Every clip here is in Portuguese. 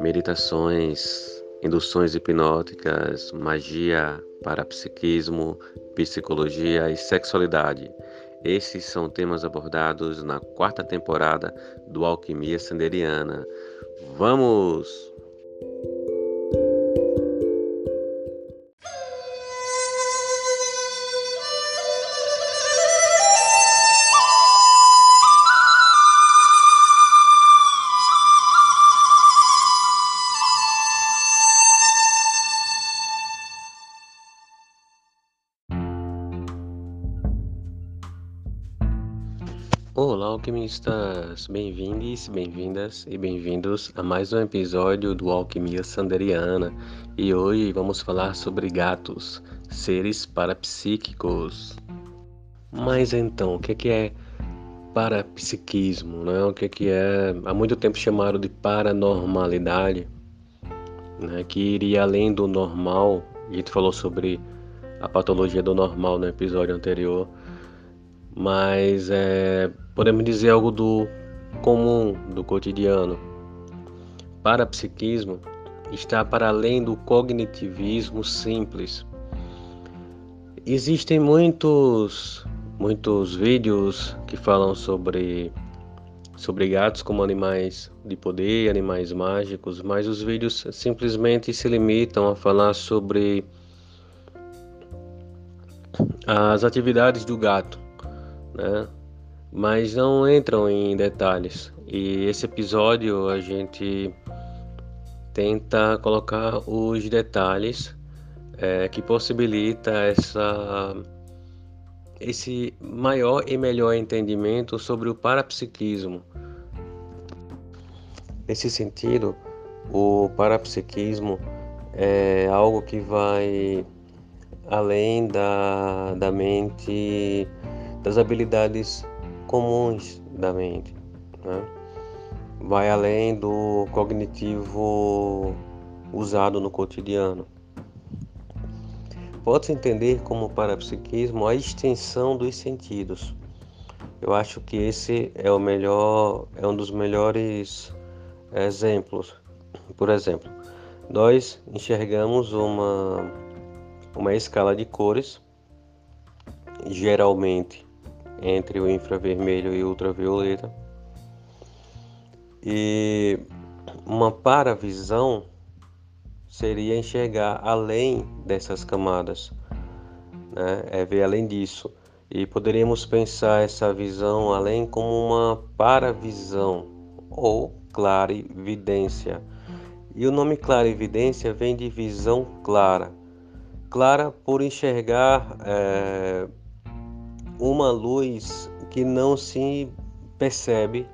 meditações, induções hipnóticas, magia, parapsiquismo, psicologia e sexualidade. Esses são temas abordados na 4ª temporada do Alquimia Sanderiana. Vamos! Olá, alquimistas! Bem-vindos, bem-vindas e bem-vindos a mais um episódio do Alquimia Sanderiana. E hoje vamos falar sobre gatos, seres parapsíquicos. Mas então, o que é parapsiquismo, né? O que é há muito tempo chamado de paranormalidade, né? Que iria além do normal. A gente falou sobre a patologia do normal no episódio anterior. Mas podemos dizer algo do comum, do cotidiano. Parapsiquismo está para além do cognitivismo simples. Existem muitos vídeos que falam sobre gatos como animais de poder, animais mágicos, mas os vídeos simplesmente se limitam a falar sobre as atividades do gato, né? Mas não entram em detalhes. E esse episódio a gente tenta colocar os detalhes que possibilita esse maior e melhor entendimento sobre o parapsiquismo. Nesse sentido, o parapsiquismo é algo que vai além da mente, das habilidades comuns da mente, né? Vai além do cognitivo usado no cotidiano. Pode-se entender como parapsiquismo a extensão dos sentidos. Eu acho que esse é um dos melhores exemplos. Por exemplo, nós enxergamos uma escala de cores, geralmente entre o infravermelho e o ultravioleta, e uma paravisão seria enxergar além dessas camadas, né? Ver além disso, e poderíamos pensar essa visão além como uma paravisão ou clarividência. E o nome clarividência vem de visão clara por enxergar uma luz que não se percebe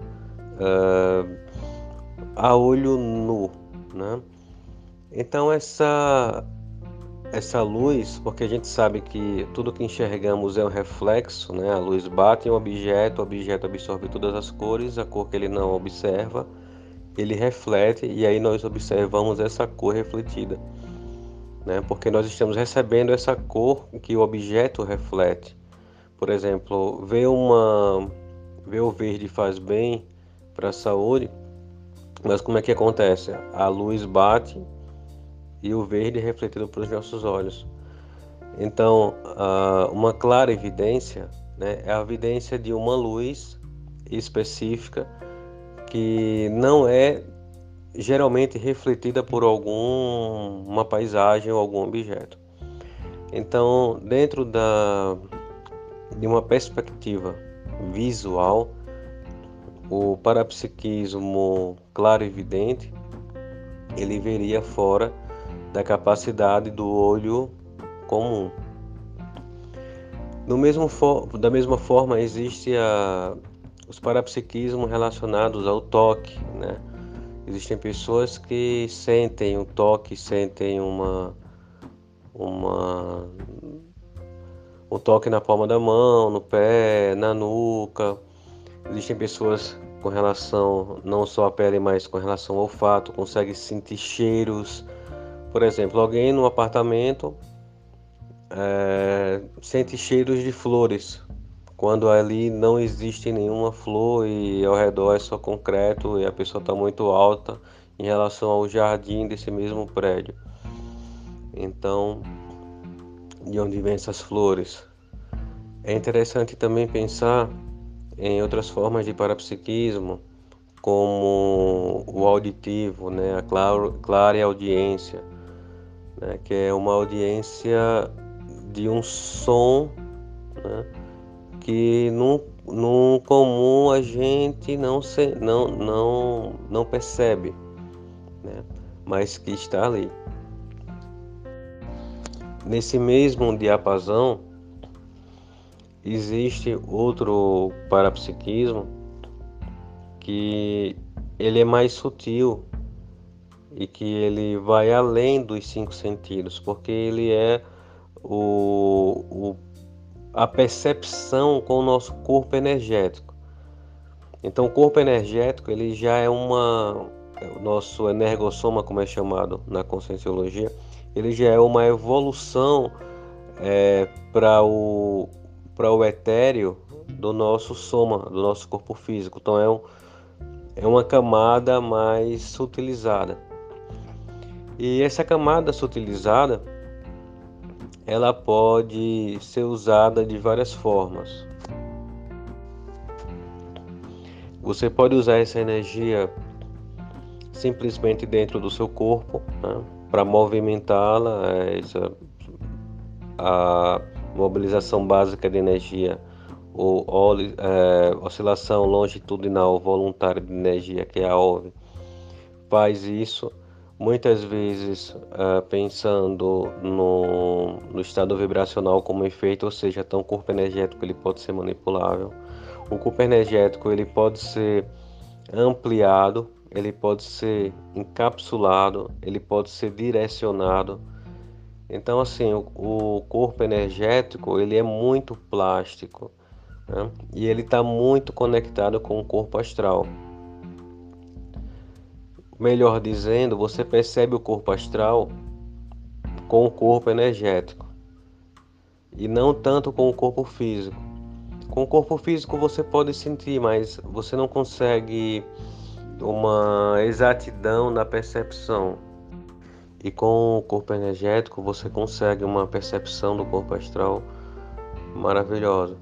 a olho nu, né? Então essa luz, porque a gente sabe que tudo que enxergamos é um reflexo, né? A luz bate em um objeto, o objeto absorve todas as cores, a cor que ele não observa, ele reflete e aí nós observamos essa cor refletida, né? Porque nós estamos recebendo essa cor que o objeto reflete. Por exemplo, ver o verde faz bem para a saúde, mas como é que acontece? A luz bate e o verde é refletido para os nossos olhos. Então, uma clara evidência, né, é a evidência de uma luz específica que não é geralmente refletida por uma paisagem ou algum objeto. Então, dentro de uma perspectiva visual, o parapsiquismo clarividente, ele veria fora da capacidade do olho comum. Da mesma forma, existe os parapsiquismos relacionados ao toque, né? Existem pessoas que sentem um toque, sentem um toque na palma da mão, no pé, na nuca. Existem pessoas com relação não só à pele, mas com relação ao olfato, conseguem sentir cheiros. Por exemplo, alguém no apartamento sente cheiros de flores, quando ali não existe nenhuma flor e ao redor é só concreto e a pessoa está muito alta em relação ao jardim desse mesmo prédio. Então, de onde vêm essas flores? É interessante também pensar em outras formas de parapsiquismo, como o auditivo, né, a clara audiência, né, que é uma audiência de um som, né, que no comum a gente não percebe, né, mas que está ali. Nesse mesmo diapasão, existe outro parapsiquismo que ele é mais sutil e que ele vai além dos 5 sentidos, porque ele é a percepção com o nosso corpo energético. Então, o corpo energético ele já é o nosso energossoma, como é chamado na conscienciologia, ele já é uma evolução para o etéreo do nosso soma, do nosso corpo físico. Então, é uma camada mais sutilizada. E essa camada sutilizada, ela pode ser usada de várias formas. Você pode usar essa energia simplesmente dentro do seu corpo, né, para movimentá-la, a mobilização básica de energia, ou oscilação longitudinal voluntária de energia, que é a OV, faz isso muitas vezes pensando no estado vibracional como efeito, ou seja, então o corpo energético ele pode ser manipulável. O corpo energético ele pode ser ampliado, ele pode ser encapsulado, ele pode ser direcionado. Então, assim, o corpo energético ele é muito plástico, né? E ele está muito conectado com o corpo astral. Melhor dizendo, você percebe o corpo astral com o corpo energético e não tanto com o corpo físico. Com o corpo físico você pode sentir, mas você não consegue uma exatidão na percepção. E com o corpo energético você consegue uma percepção do corpo astral maravilhosa.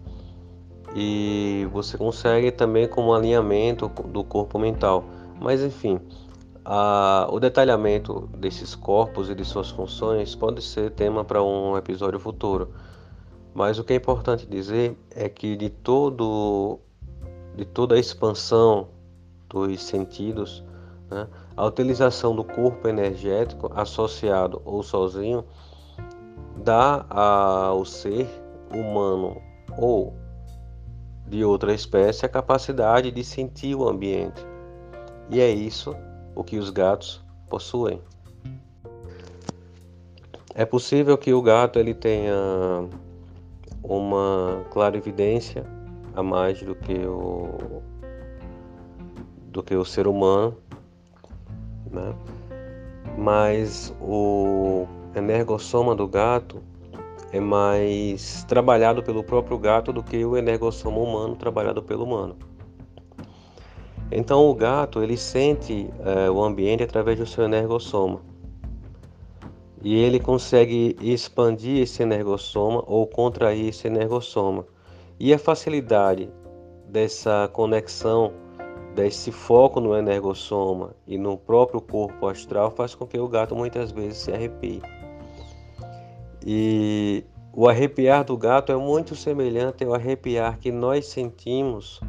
E você consegue também com um alinhamento do corpo mental. Mas enfim, o detalhamento desses corpos e de suas funções pode ser tema para um episódio futuro. Mas o que é importante dizer é que de toda a expansão dos sentidos, né, a utilização do corpo energético associado ou sozinho dá ao ser humano ou de outra espécie a capacidade de sentir o ambiente. E é isso o que os gatos possuem. É possível que o gato ele tenha uma clarividência a mais do que o ser humano, né? Mas o energossoma do gato é mais trabalhado pelo próprio gato do que o energossoma humano trabalhado pelo humano. Então o gato ele sente o ambiente através do seu energossoma e ele consegue expandir esse energossoma ou contrair esse energossoma. E a facilidade dessa conexão, desse foco no energossoma e no próprio corpo astral faz com que o gato muitas vezes se arrepie. E o arrepiar do gato é muito semelhante ao arrepiar que nós sentimos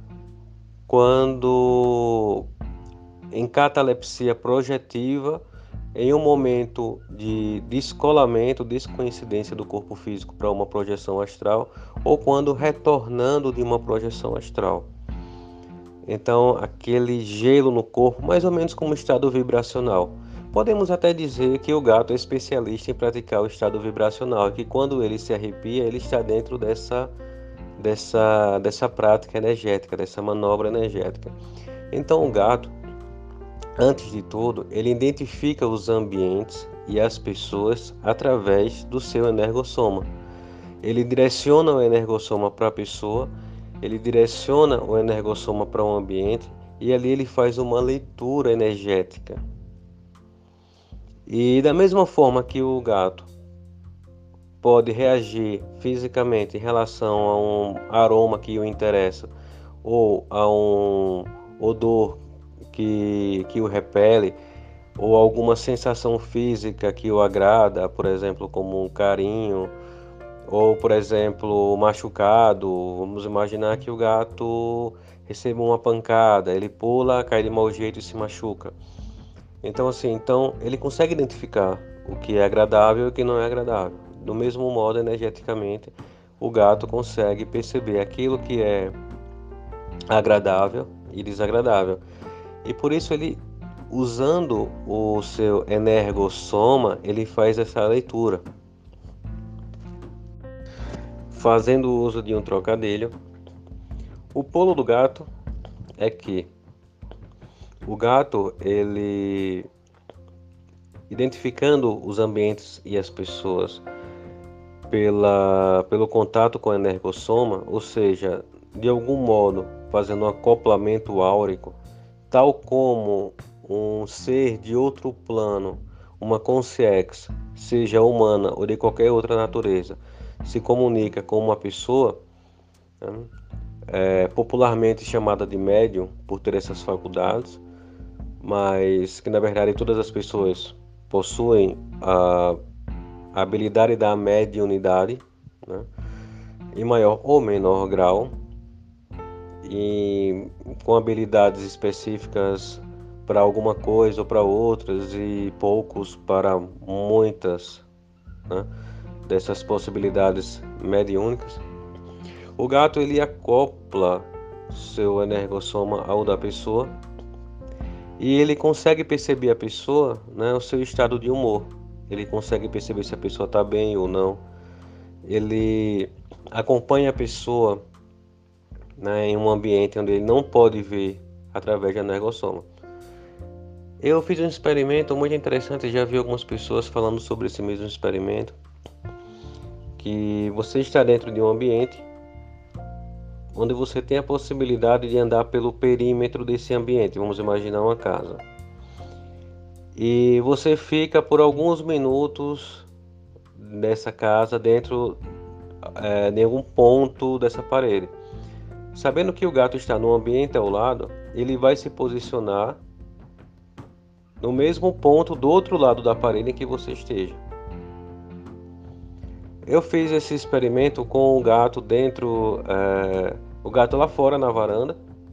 quando em catalepsia projetiva, em um momento de descolamento, descoincidência do corpo físico para uma projeção astral, ou quando retornando de uma projeção astral. Então, aquele gelo no corpo, mais ou menos como estado vibracional. Podemos até dizer que o gato é especialista em praticar o estado vibracional, e que quando ele se arrepia, ele está dentro dessa prática energética, dessa manobra energética. Então, o gato, antes de tudo, ele identifica os ambientes e as pessoas através do seu energossoma. Ele direciona o energossoma para a pessoa, ele direciona o energossoma para um ambiente e ali ele faz uma leitura energética. E da mesma forma que o gato pode reagir fisicamente em relação a um aroma que o interessa ou a um odor que o repele, ou alguma sensação física que o agrada, por exemplo, como um carinho, ou, por exemplo, machucado. Vamos imaginar que o gato recebe uma pancada, ele pula, cai de mau jeito e se machuca. Então, assim, ele consegue identificar o que é agradável e o que não é agradável. Do mesmo modo, energeticamente, o gato consegue perceber aquilo que é agradável e desagradável. E por isso ele, usando o seu energossoma, ele faz essa leitura. Fazendo uso de um trocadilho, o pulo do gato é que o gato, ele, identificando os ambientes e as pessoas pelo contato com o energossoma, ou seja, de algum modo fazendo um acoplamento áurico, tal como um ser de outro plano, uma consciência, seja humana ou de qualquer outra natureza, se comunica com uma pessoa, né, popularmente chamada de médium por ter essas faculdades, mas que na verdade todas as pessoas possuem a habilidade da mediunidade, né, em maior ou menor grau, e com habilidades específicas para alguma coisa ou para outras e poucos para muitas, né, dessas possibilidades mediúnicas. O gato ele acopla seu energossoma ao da pessoa e ele consegue perceber a pessoa, né, o seu estado de humor. Ele consegue perceber se a pessoa está bem ou não. Ele acompanha a pessoa, né, em um ambiente onde ele não pode ver através de energossoma. Eu fiz um experimento muito interessante, já vi algumas pessoas falando sobre esse mesmo experimento, que você está dentro de um ambiente onde você tem a possibilidade de andar pelo perímetro desse ambiente, vamos imaginar uma casa. E você fica por alguns minutos nessa casa dentro de algum ponto dessa parede. Sabendo que o gato está no ambiente ao lado, ele vai se posicionar no mesmo ponto do outro lado da parede em que você esteja. Eu fiz esse experimento com o gato o gato lá fora na varanda,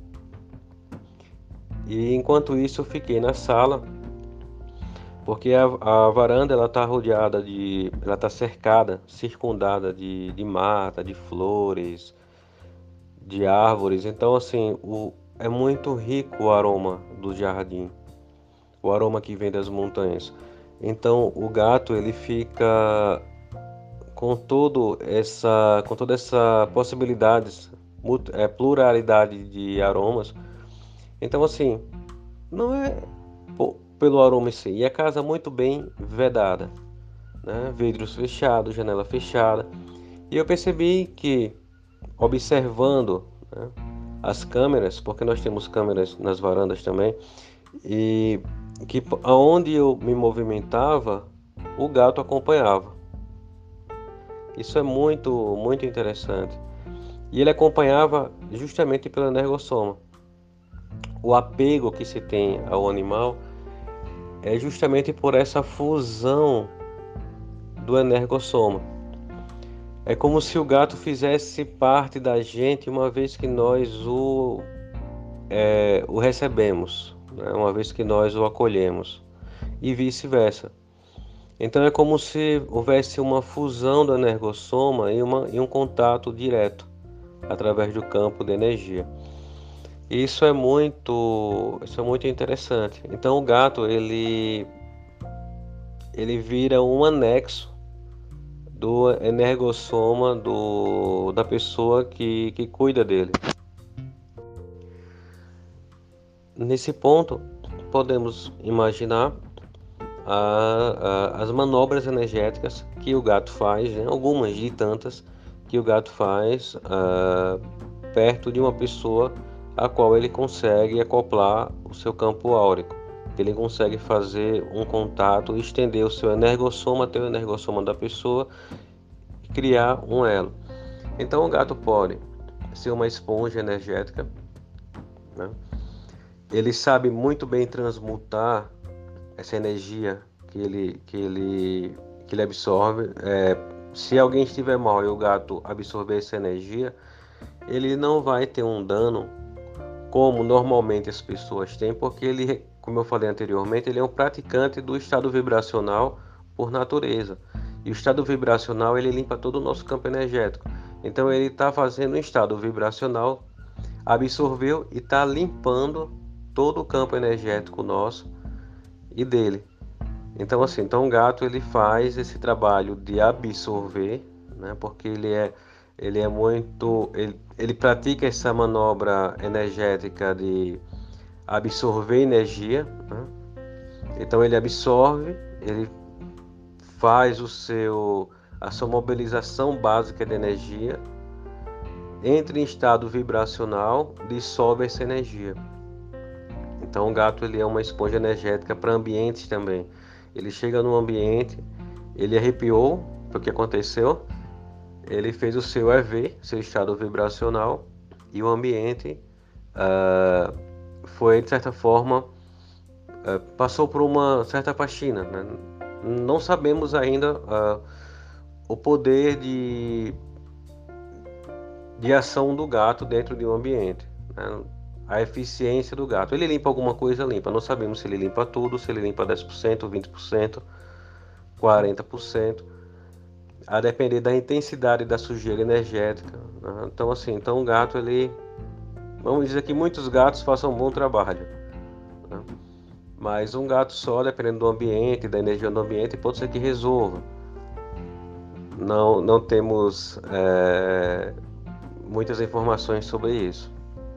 e enquanto isso eu fiquei na sala, porque a varanda ela está rodeada ela está cercada, circundada de mata, de flores, de árvores. Então assim, é muito rico o aroma do jardim, o aroma que vem das montanhas. Então o gato ele fica com toda essa possibilidades, pluralidade de aromas. Então assim, não é pelo aroma em si, e a casa muito bem vedada, né? Vidros fechados, janela fechada. E eu percebi que, observando, né, as câmeras, porque nós temos câmeras nas varandas também, e que aonde eu me movimentava, o gato acompanhava. Isso é muito interessante. E ele acompanhava justamente pelo energossoma. O apego que se tem ao animal é justamente por essa fusão do energossoma. É como se o gato fizesse parte da gente uma vez que nós o recebemos, né? Uma vez que nós o acolhemos, e vice-versa. Então é como se houvesse uma fusão do energossoma e um contato direto através do campo de energia. Isso é muito interessante. Então o gato ele vira um anexo do energossoma da pessoa que cuida dele. Nesse ponto, podemos imaginar as manobras energéticas que o gato faz, né? Algumas de tantas que o gato faz perto de uma pessoa a qual ele consegue acoplar o seu campo áurico. Ele consegue fazer um contato, estender o seu energossoma até o energossoma da pessoa e criar um elo. Então o gato pode ser uma esponja energética, né? Ele sabe muito bem transmutar essa energia que ele absorve. Se alguém estiver mal e o gato absorver essa energia, ele não vai ter um dano como normalmente as pessoas têm, porque ele, como eu falei anteriormente, ele é um praticante do estado vibracional por natureza. E o estado vibracional ele limpa todo o nosso campo energético. Então ele está fazendo um estado vibracional, absorveu e está limpando todo o campo energético nosso e dele. Então assim, então o gato ele faz esse trabalho de absorver, né? Porque ele é muito, ele pratica essa manobra energética de absorver energia, né? Então ele absorve, ele faz a sua mobilização básica de energia, entra em estado vibracional, dissolve essa energia. Então o gato ele é uma esponja energética para ambientes também. Ele chega no ambiente, ele arrepiou, foi o que aconteceu, ele fez o seu EV, seu estado vibracional, e o ambiente foi, de certa forma, passou por uma certa faxina, né? Não sabemos ainda o poder de ação do gato dentro de um ambiente, né? A eficiência do gato. Ele limpa alguma coisa, limpa. Não sabemos se ele limpa tudo, se ele limpa 10%, 20%, 40%, a depender da intensidade da sujeira energética, né? Então assim, então o gato ele, vamos dizer que muitos gatos façam um bom trabalho, né? Mas um gato só, dependendo do ambiente, da energia do ambiente, pode ser que resolva. Não temos muitas informações sobre isso.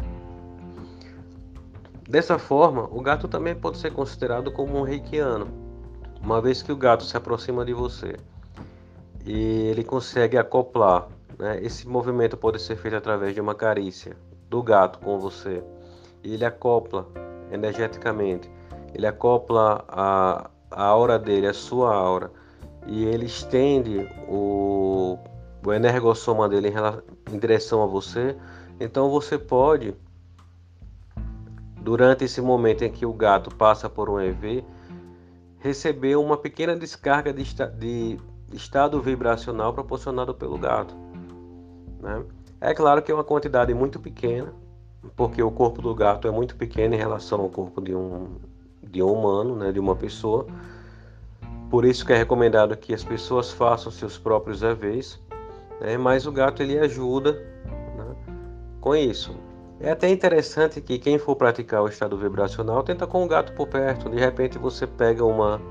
Dessa forma, o gato também pode ser considerado como um reikiano, uma vez que o gato se aproxima de você e ele consegue acoplar, né? Esse movimento pode ser feito através de uma carícia do gato com você, e ele acopla energeticamente, ele acopla a aura dele, a sua aura, e ele estende o energossoma dele em direção a você. Então você pode, durante esse momento em que o gato passa por um EV, receber uma pequena descarga de estado vibracional proporcionado pelo gato, né? É claro que é uma quantidade muito pequena, porque o corpo do gato é muito pequeno em relação ao corpo de um humano, né, de uma pessoa. Por isso que é recomendado que as pessoas façam seus próprios EVs, né? Mas o gato ele ajuda, né, com isso. É até interessante que quem for praticar o estado vibracional tenta com o gato por perto. De repente você pega uma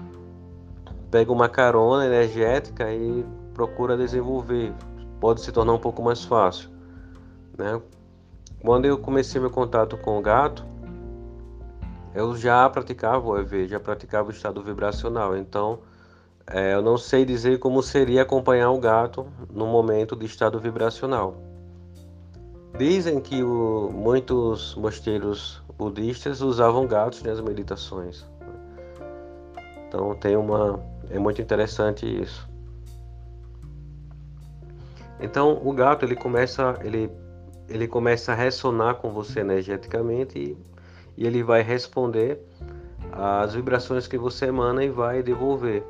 carona energética e procura desenvolver. Pode se tornar um pouco mais fácil, né? Quando eu comecei meu contato com o gato, eu já praticava o EV, já praticava o estado vibracional. Então, eu não sei dizer como seria acompanhar o gato no momento de estado vibracional. Dizem que muitos mosteiros budistas usavam gatos nas meditações. Então é muito interessante isso. Então o gato ele começa a ressonar com você energeticamente e ele vai responder às vibrações que você emana e vai devolver.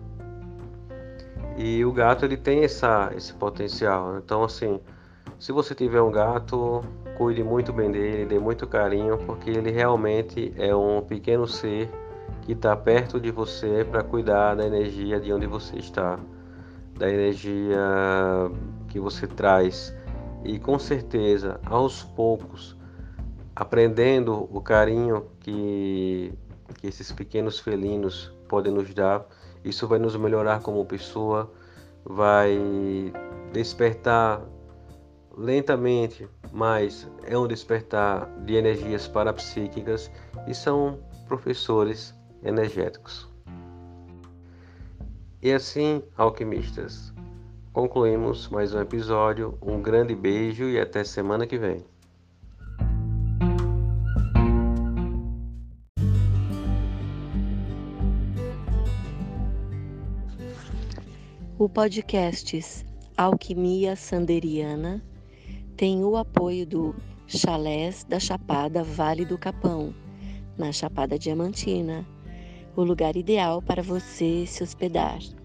E o gato ele tem esse potencial. Então assim, se você tiver um gato, cuide muito bem dele, dê muito carinho, porque ele realmente é um pequeno ser que está perto de você para cuidar da energia de onde você está, da energia que você traz. E com certeza, aos poucos, aprendendo o carinho que esses pequenos felinos podem nos dar, isso vai nos melhorar como pessoa, vai despertar lentamente, mas é um despertar de energias parapsíquicas e são professores energéticos. E assim, alquimistas, concluímos mais um episódio. Um grande beijo e até semana que vem. O podcast Alquimia Sanderiana tem o apoio do Chalés da Chapada Vale do Capão, na Chapada Diamantina, o lugar ideal para você se hospedar.